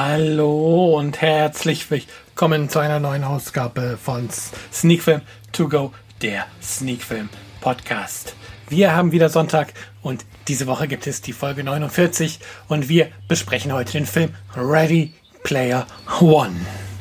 Hallo und herzlich willkommen zu einer neuen Ausgabe von Sneak Film To Go, der Sneak Film Podcast. Wir haben wieder Sonntag und diese Woche gibt es die Folge 49 und wir besprechen heute den Film Ready Player One.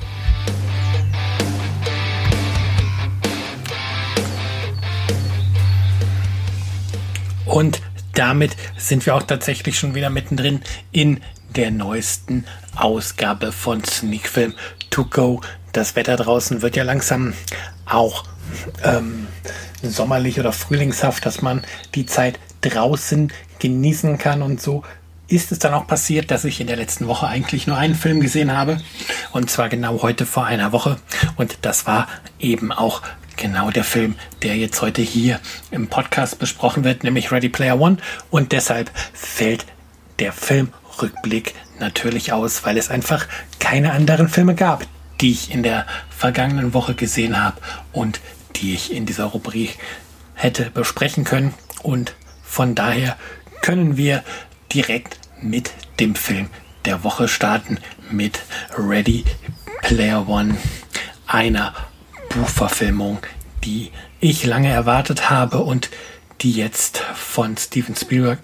Und damit sind wir auch tatsächlich schon wieder mittendrin in der neuesten Ausgabe von Sneak Film To Go. Das Wetter draußen wird ja langsam auch sommerlich oder frühlingshaft, dass man die Zeit draußen genießen kann. Und so ist es dann auch passiert, dass ich in der letzten Woche eigentlich nur einen Film gesehen habe. Und zwar genau heute vor einer Woche. Und das war eben auch genau der Film, der jetzt heute hier im Podcast besprochen wird, nämlich Ready Player One. Und deshalb fällt der Filmrückblick natürlich aus, weil es einfach keine anderen Filme gab, die ich in der vergangenen Woche gesehen habe und die ich in dieser Rubrik hätte besprechen können. Und von daher können wir direkt mit dem Film der Woche starten, mit Ready Player One, einer Buchverfilmung, die ich lange erwartet habe und die jetzt von Steven Spielberg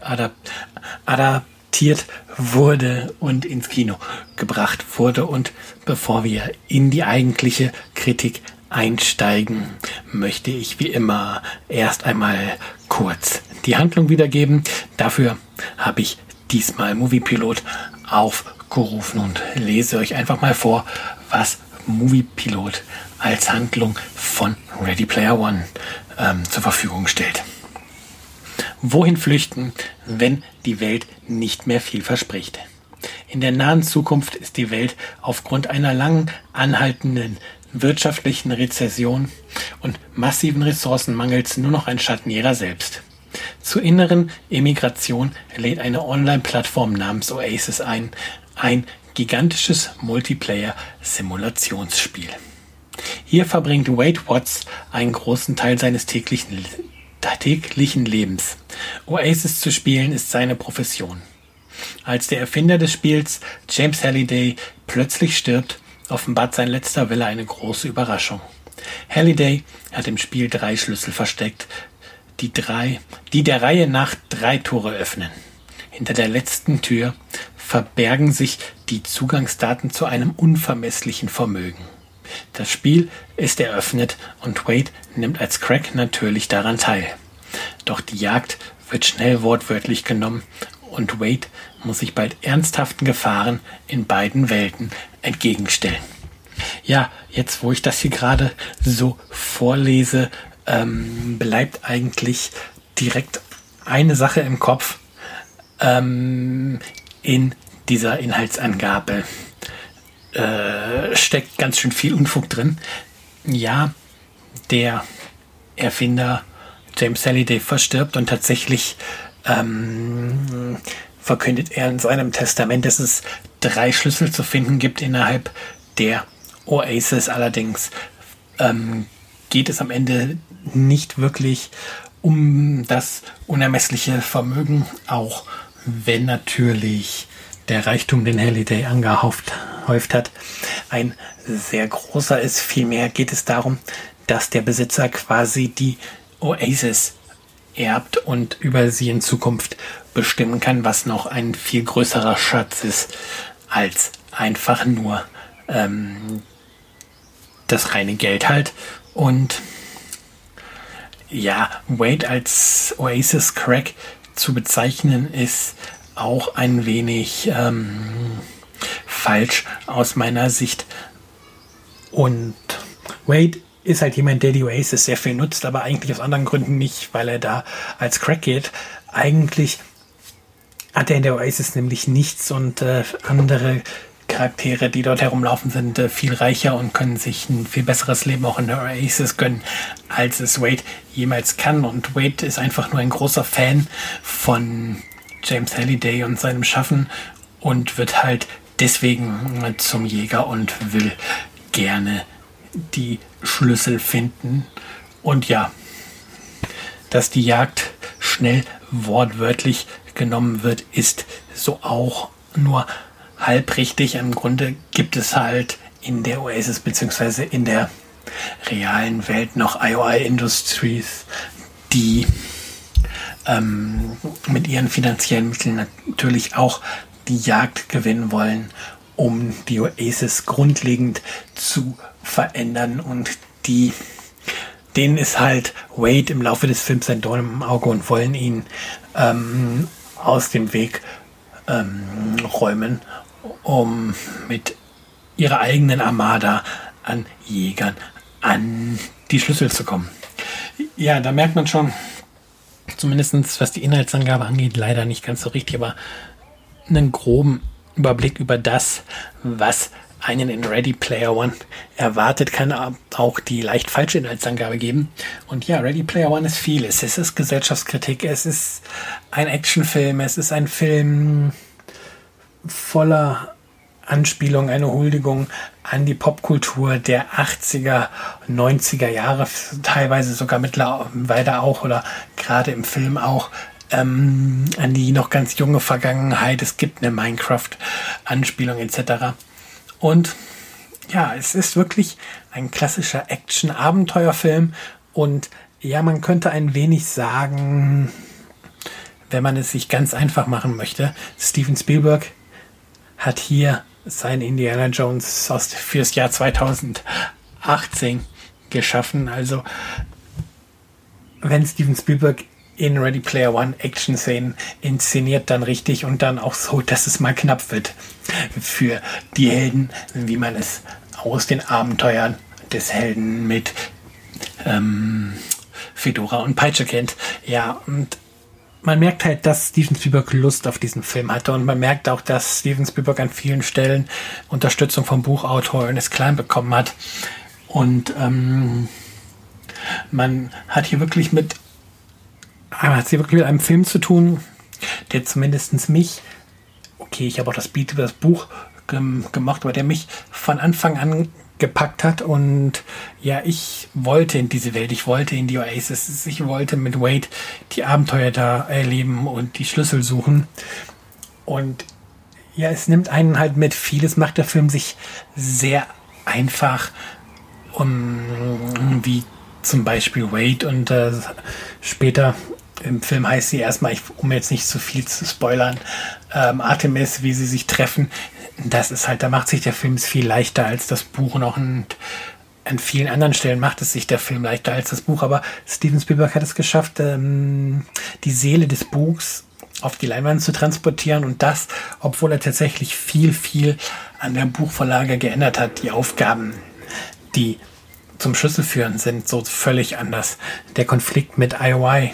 adaptiert wurde und ins Kino gebracht wurde. Und bevor wir in die eigentliche Kritik einsteigen, möchte ich wie immer erst einmal kurz die Handlung wiedergeben. Dafür habe ich diesmal Moviepilot aufgerufen und lese euch einfach mal vor, was Moviepilot als Handlung von Ready Player One zur Verfügung stellt. Wohin flüchten, wenn die Welt nicht mehr viel verspricht? In der nahen Zukunft ist die Welt aufgrund einer lang anhaltenden wirtschaftlichen Rezession und massiven Ressourcenmangels nur noch ein Schatten ihrer selbst. Zur inneren Emigration lädt eine Online-Plattform namens Oasis ein gigantisches Multiplayer-Simulationsspiel. Hier verbringt Wade Watts einen großen Teil seines täglichen Lebens. Oasis zu spielen ist seine Profession. Als der Erfinder des Spiels, James Halliday, plötzlich stirbt, offenbart sein letzter Wille eine große Überraschung. Halliday hat im Spiel 3 Schlüssel versteckt, die der Reihe nach 3 Tore öffnen. Hinter der letzten Tür verbergen sich die Zugangsdaten zu einem unvermesslichen Vermögen. Das Spiel ist eröffnet und Wade nimmt als Crack natürlich daran teil. Doch die Jagd wird schnell wortwörtlich genommen und Wade muss sich bald ernsthaften Gefahren in beiden Welten entgegenstellen. Ja, jetzt wo ich das hier gerade so vorlese, bleibt eigentlich direkt eine Sache im Kopf in dieser Inhaltsangabe. Steckt ganz schön viel Unfug drin. Ja, der Erfinder James Halliday verstirbt und tatsächlich verkündet er in seinem Testament, dass es 3 Schlüssel zu finden gibt innerhalb der Oasis. Allerdings geht es am Ende nicht wirklich um das unermessliche Vermögen, auch wenn natürlich der Reichtum, den Halliday angehäuft hat, ein sehr großer ist. Vielmehr geht es darum, dass der Besitzer quasi die Oasis erbt und über sie in Zukunft bestimmen kann, was noch ein viel größerer Schatz ist, als einfach nur das reine Geld halt. Und ja, Wade als Oasis-Crack zu bezeichnen, ist auch ein wenig falsch aus meiner Sicht. Und Wade ist halt jemand, der die Oasis sehr viel nutzt, aber eigentlich aus anderen Gründen nicht, weil er da als Crack geht. Eigentlich hat er in der Oasis nämlich nichts und andere Charaktere, die dort herumlaufen, sind viel reicher und können sich ein viel besseres Leben auch in der Oasis gönnen, als es Wade jemals kann. Und Wade ist einfach nur ein großer Fan von James Halliday und seinem Schaffen und wird halt deswegen zum Jäger und will gerne die Schlüssel finden. Und ja, dass die Jagd schnell wortwörtlich genommen wird, ist so auch nur halb richtig. Im Grunde gibt es halt in der Oasis beziehungsweise in der realen Welt noch IOI Industries, die mit ihren finanziellen Mitteln natürlich auch die Jagd gewinnen wollen, um die Oasis grundlegend zu verändern, und denen ist halt Wade im Laufe des Films ein Dorn im Auge und wollen ihn aus dem Weg räumen, um mit ihrer eigenen Armada an Jägern an die Schlüssel zu kommen. Ja, da merkt man schon, zumindest was die Inhaltsangabe angeht, leider nicht ganz so richtig, aber einen groben Überblick über das, was einen in Ready Player One erwartet, kann auch die leicht falsche Inhaltsangabe geben. Und ja, Ready Player One ist vieles. Es ist Gesellschaftskritik, es ist ein Actionfilm, es ist ein Film voller Anspielung, eine Huldigung an die Popkultur der 80er, 90er Jahre, teilweise sogar mittlerweile auch oder gerade im Film auch an die noch ganz junge Vergangenheit. Es gibt eine Minecraft-Anspielung etc. Und ja, es ist wirklich ein klassischer Action-Abenteuerfilm, und ja, man könnte ein wenig sagen, wenn man es sich ganz einfach machen möchte, Steven Spielberg hat hier sein Indiana Jones fürs Jahr 2018 geschaffen. Also wenn Steven Spielberg in Ready Player One Action-Szenen inszeniert, dann richtig und dann auch so, dass es mal knapp wird für die Helden, wie man es aus den Abenteuern des Helden mit Fedora und Peitsche kennt. Ja, und man merkt halt, dass Steven Spielberg Lust auf diesen Film hatte, und man merkt auch, dass Steven Spielberg an vielen Stellen Unterstützung vom Buchautor Ernest Cline bekommen hat. Und man hat hier wirklich mit einem Film zu tun, der zumindest mich, okay, ich habe auch das Buch gemacht, aber der mich von Anfang an gepackt hat. Und ja, ich wollte in diese Welt, ich wollte in die Oasis, ich wollte mit Wade die Abenteuer da erleben und die Schlüssel suchen. Und ja, es nimmt einen halt mit. Vieles macht der Film sich sehr einfach, wie zum Beispiel Wade, und später im Film heißt sie erstmal, um jetzt nicht zu viel zu spoilern, Artemis, wie sie sich treffen. Das ist halt, da macht sich der Film viel leichter als das Buch, und auch an vielen anderen Stellen macht es sich der Film leichter als das Buch. Aber Steven Spielberg hat es geschafft, die Seele des Buchs auf die Leinwand zu transportieren, und das, obwohl er tatsächlich viel an der Buchvorlage geändert hat. Die Aufgaben, die zum Schlüssel führen, sind so völlig anders. Der Konflikt mit IOI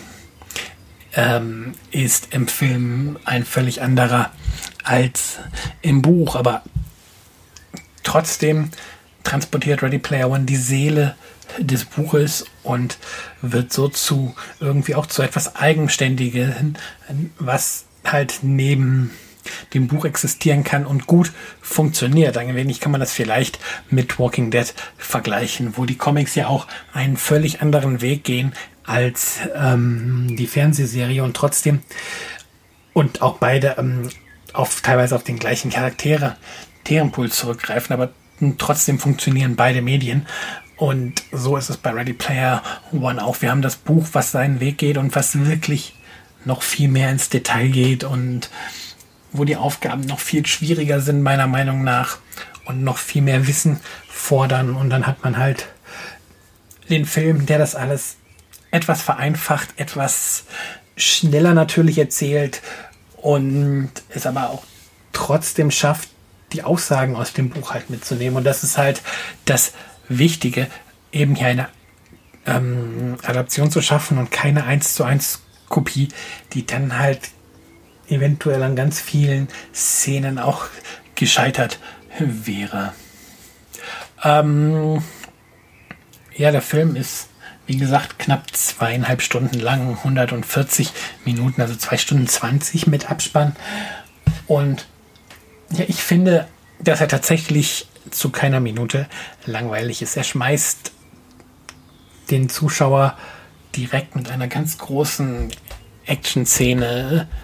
ist im Film ein völlig anderer als im Buch, aber trotzdem transportiert Ready Player One die Seele des Buches und wird so irgendwie auch zu etwas Eigenständigem, was halt neben dem Buch existieren kann und gut funktioniert. Ein wenig kann man das vielleicht mit Walking Dead vergleichen, wo die Comics ja auch einen völlig anderen Weg gehen als die Fernsehserie, und trotzdem und auch beide teilweise auf den gleichen Charakterenpool zurückgreifen, aber trotzdem funktionieren beide Medien. Und so ist es bei Ready Player One auch. Wir haben das Buch, was seinen Weg geht und was wirklich noch viel mehr ins Detail geht und wo die Aufgaben noch viel schwieriger sind, meiner Meinung nach, und noch viel mehr Wissen fordern. Und dann hat man halt den Film, der das alles etwas vereinfacht, etwas schneller natürlich erzählt und es aber auch trotzdem schafft, die Aussagen aus dem Buch halt mitzunehmen. Und das ist halt das Wichtige, eben hier eine Adaption zu schaffen und keine 1:1 Kopie, die dann halt eventuell an ganz vielen Szenen auch gescheitert wäre. Ja, der Film ist, wie gesagt, knapp 2,5 Stunden lang, 140 Minuten, also 2 Stunden 20 mit Abspann. Und ja, ich finde, dass er tatsächlich zu keiner Minute langweilig ist. Er schmeißt den Zuschauer direkt mit einer ganz großen Action-Szene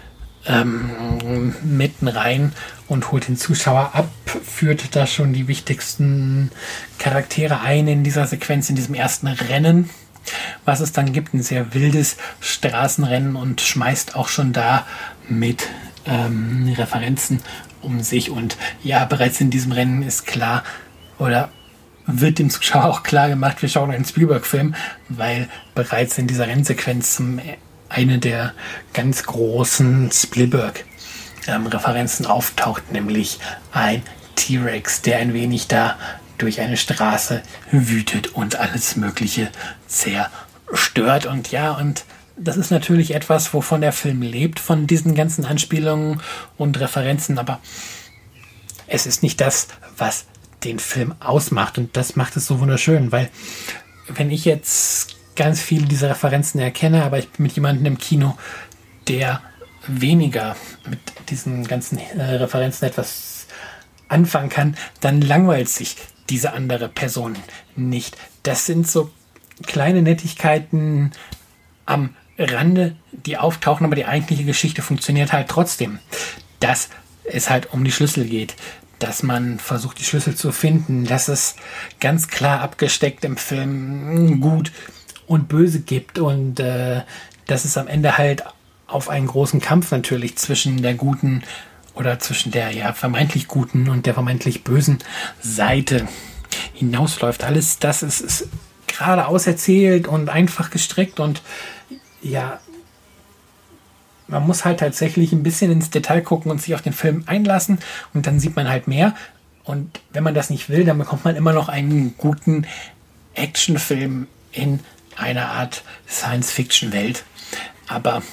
mitten rein und holt den Zuschauer ab, führt da schon die wichtigsten Charaktere ein in dieser Sequenz, in diesem ersten Rennen, was es dann gibt, ein sehr wildes Straßenrennen, und schmeißt auch schon da mit Referenzen um sich. Und ja, bereits in diesem Rennen ist klar, oder wird dem Zuschauer auch klar gemacht, wir schauen einen Spielberg-Film, weil bereits in dieser Rennsequenz eine der ganz großen Spielberg-Referenzen auftaucht, nämlich ein T-Rex, der ein wenig da durch eine Straße wütet und alles Mögliche zerstört. Und ja, und das ist natürlich etwas, wovon der Film lebt, von diesen ganzen Anspielungen und Referenzen, aber es ist nicht das, was den Film ausmacht, und das macht es so wunderschön, weil wenn ich jetzt ganz viele dieser Referenzen erkenne, aber ich bin mit jemandem im Kino, der weniger mit diesen ganzen Referenzen etwas anfangen kann, dann langweilt sich diese andere Person nicht. Das sind so kleine Nettigkeiten am Rande, die auftauchen, aber die eigentliche Geschichte funktioniert halt trotzdem, dass es halt um die Schlüssel geht, dass man versucht, die Schlüssel zu finden, dass es ganz klar abgesteckt im Film Gut und Böse gibt, und dass es am Ende halt auf einen großen Kampf natürlich zwischen der guten oder zwischen der ja vermeintlich guten und der vermeintlich bösen Seite hinausläuft. Alles das ist geradeaus erzählt und einfach gestrickt, und ja, man muss halt tatsächlich ein bisschen ins Detail gucken und sich auf den Film einlassen, und dann sieht man halt mehr. Und wenn man das nicht will, dann bekommt man immer noch einen guten Actionfilm in einer Art Science-Fiction-Welt. Aber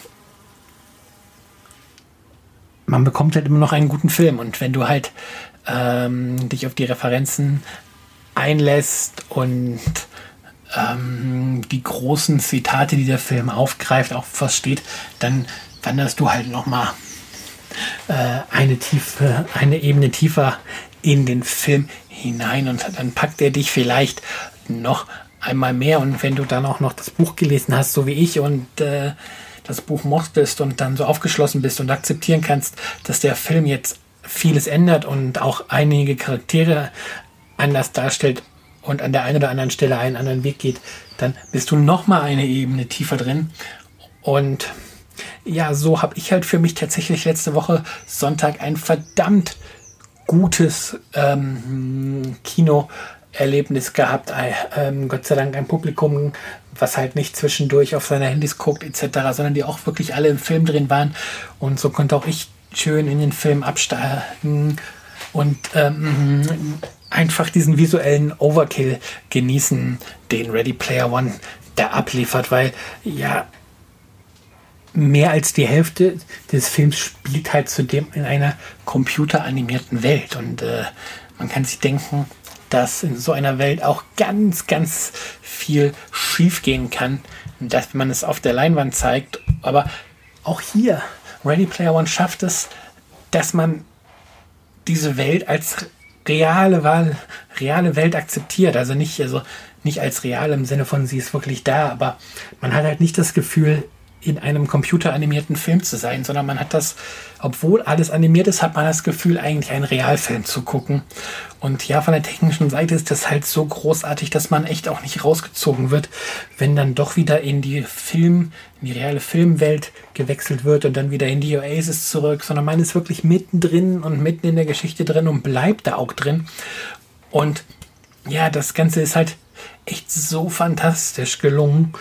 man bekommt halt immer noch einen guten Film. Und wenn du halt dich auf die Referenzen einlässt und die großen Zitate, die der Film aufgreift, auch versteht, dann wanderst du halt nochmal eine Ebene tiefer in den Film hinein, und dann packt er dich vielleicht noch einmal mehr. Und wenn du dann auch noch das Buch gelesen hast, so wie ich, und das Buch mochtest und dann so aufgeschlossen bist und akzeptieren kannst, dass der Film jetzt vieles ändert und auch einige Charaktere anders darstellt und an der einen oder anderen Stelle einen anderen Weg geht, dann bist du nochmal eine Ebene tiefer drin. Und ja, so habe ich halt für mich tatsächlich letzte Woche Sonntag ein verdammt gutes Kinoerlebnis gehabt. Gott sei Dank ein Publikum, was halt nicht zwischendurch auf seine Handys guckt etc., sondern die auch wirklich alle im Film drin waren. Und so konnte auch ich schön in den Film absteigen und einfach diesen visuellen Overkill genießen, den Ready Player One da abliefert, weil ja, mehr als die Hälfte des Films spielt halt zudem in einer computeranimierten Welt, und man kann sich denken, dass in so einer Welt auch ganz, ganz viel schief gehen kann, dass man es auf der Leinwand zeigt, aber auch hier, Ready Player One schafft es, dass man diese Welt als reale Welt akzeptiert, also nicht als real im Sinne von, sie ist wirklich da, aber man hat halt nicht das Gefühl, in einem computeranimierten Film zu sein, sondern man hat das, obwohl alles animiert ist, hat man das Gefühl, eigentlich einen Realfilm zu gucken. Und ja, von der technischen Seite ist das halt so großartig, dass man echt auch nicht rausgezogen wird, wenn dann doch wieder in die reale Filmwelt gewechselt wird und dann wieder in die Oasis zurück, sondern man ist wirklich mittendrin und mitten in der Geschichte drin und bleibt da auch drin. Und ja, das Ganze ist halt echt so fantastisch gelungen,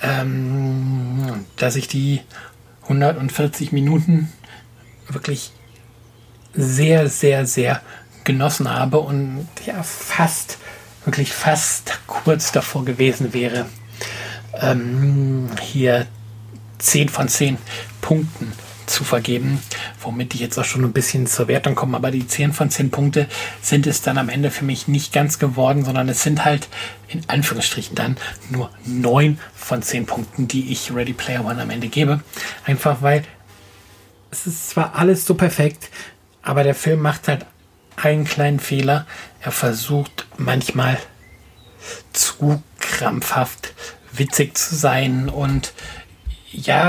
dass ich die 140 Minuten wirklich sehr, sehr, sehr genossen habe und ja, wirklich fast kurz davor gewesen wäre, hier 10 von 10 Punkten zu vergeben, womit ich jetzt auch schon ein bisschen zur Wertung komme, aber die 10 von 10 Punkte sind es dann am Ende für mich nicht ganz geworden, sondern es sind halt in Anführungsstrichen dann nur 9 von 10 Punkten, die ich Ready Player One am Ende gebe. Einfach weil es ist zwar alles so perfekt, aber der Film macht halt einen kleinen Fehler. Er versucht manchmal zu krampfhaft witzig zu sein und ja,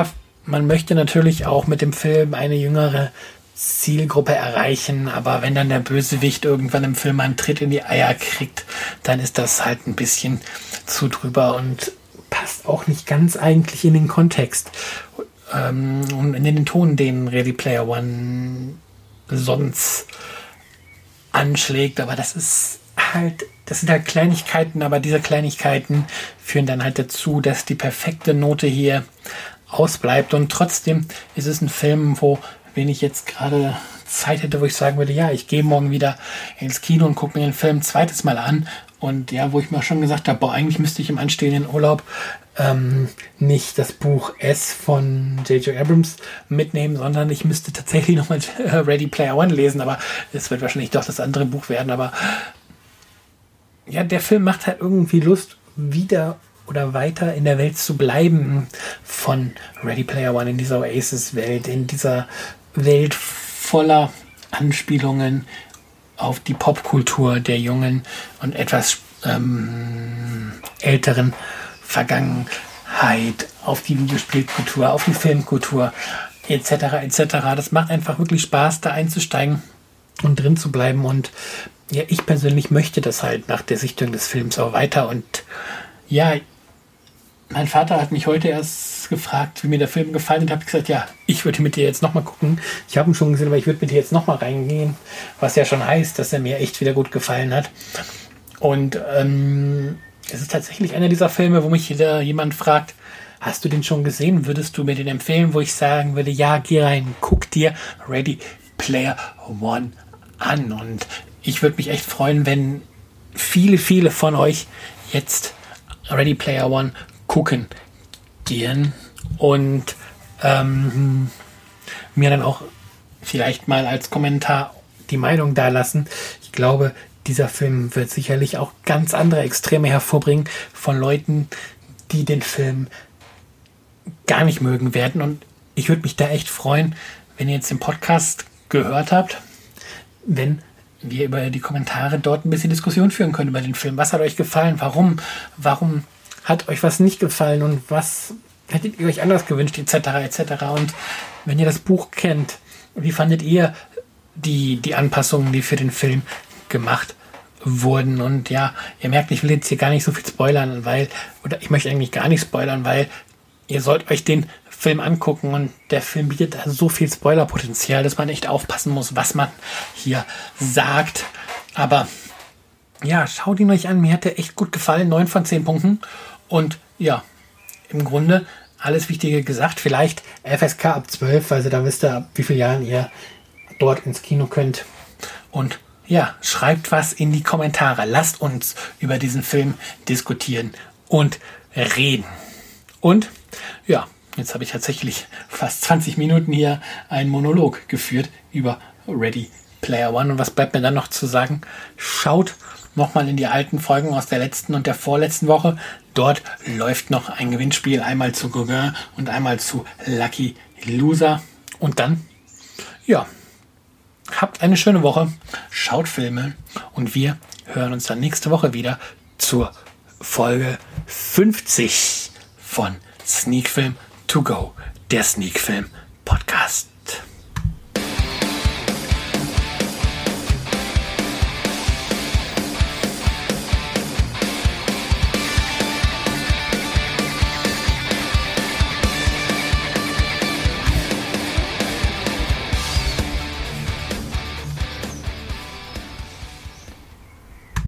man möchte natürlich auch mit dem Film eine jüngere Zielgruppe erreichen, aber wenn dann der Bösewicht irgendwann im Film einen Tritt in die Eier kriegt, dann ist das halt ein bisschen zu drüber und passt auch nicht ganz eigentlich in den Kontext und in den Ton, den Ready Player One sonst anschlägt, aber das sind halt Kleinigkeiten, aber diese Kleinigkeiten führen dann halt dazu, dass die perfekte Note hier ausbleibt und trotzdem ist es ein Film, wenn ich jetzt gerade Zeit hätte, wo ich sagen würde, ja, ich gehe morgen wieder ins Kino und gucke mir den Film ein zweites Mal an und ja, wo ich mir schon gesagt habe, eigentlich müsste ich im anstehenden Urlaub nicht das Buch S von J.J. Abrams mitnehmen, sondern ich müsste tatsächlich nochmal Ready Player One lesen, aber es wird wahrscheinlich doch das andere Buch werden, aber ja, der Film macht halt irgendwie Lust, wieder oder weiter in der Welt zu bleiben von Ready Player One, in dieser Oasis-Welt, in dieser Welt voller Anspielungen auf die Popkultur der jungen und etwas älteren Vergangenheit, auf die Videospielkultur, auf die Filmkultur etc. etc. Das macht einfach wirklich Spaß, da einzusteigen und drin zu bleiben und ja, ich persönlich möchte das halt nach der Sichtung des Films auch weiter und ja, mein Vater hat mich heute erst gefragt, wie mir der Film gefallen hat. Ich habe gesagt, ja, ich würde mit dir jetzt nochmal gucken. Ich habe ihn schon gesehen, aber ich würde mit dir jetzt nochmal reingehen, was ja schon heißt, dass er mir echt wieder gut gefallen hat. Und es ist tatsächlich einer dieser Filme, wo mich jemand fragt, hast du den schon gesehen? Würdest du mir den empfehlen? Wo ich sagen würde, ja, geh rein, guck dir Ready Player One an. Und ich würde mich echt freuen, wenn viele, viele von euch jetzt Ready Player One gucken gehen und mir dann auch vielleicht mal als Kommentar die Meinung dalassen. Ich glaube, dieser Film wird sicherlich auch ganz andere Extreme hervorbringen von Leuten, die den Film gar nicht mögen werden. Und ich würde mich da echt freuen, wenn ihr jetzt den Podcast gehört habt, wenn wir über die Kommentare dort ein bisschen Diskussion führen können über den Film. Was hat euch gefallen? Warum hat euch was nicht gefallen? Und was hättet ihr euch anders gewünscht? Etc. etc. Und wenn ihr das Buch kennt, wie fandet ihr die Anpassungen, die für den Film gemacht wurden? Und ja, ihr merkt, ich will jetzt hier gar nicht so viel spoilern, oder ich möchte eigentlich gar nicht spoilern, weil ihr sollt euch den Film angucken und der Film bietet da so viel Spoilerpotenzial, dass man echt aufpassen muss, was man hier sagt. Aber ja, schaut ihn euch an. Mir hat der echt gut gefallen. 9 von 10 Punkten. Und ja, im Grunde alles Wichtige gesagt. Vielleicht FSK ab 12, also da wisst ihr, ab wie vielen Jahren ihr dort ins Kino könnt. Und ja, schreibt was in die Kommentare. Lasst uns über diesen Film diskutieren und reden. Und ja, jetzt habe ich tatsächlich fast 20 Minuten hier einen Monolog geführt über Ready Player One. Und was bleibt mir dann noch zu sagen? Schaut nochmal in die alten Folgen aus der letzten und der vorletzten Woche. Dort läuft noch ein Gewinnspiel, einmal zu Gauguin und einmal zu Lucky Loser. Und dann, ja, habt eine schöne Woche, schaut Filme und wir hören uns dann nächste Woche wieder zur Folge 50 von Sneak Film To Go, der Sneak Film Podcast.